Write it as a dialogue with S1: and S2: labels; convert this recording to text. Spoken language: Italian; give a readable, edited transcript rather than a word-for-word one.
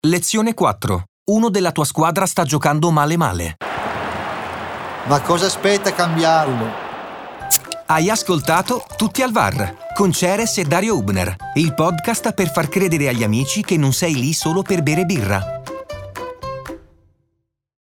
S1: Lezione 4. Uno della tua squadra sta giocando male.
S2: Ma cosa aspetta a cambiarlo?
S1: Hai ascoltato Tutti al VAR con Ceres e Dario Hübner, il podcast per far credere agli amici che non sei lì solo per bere birra.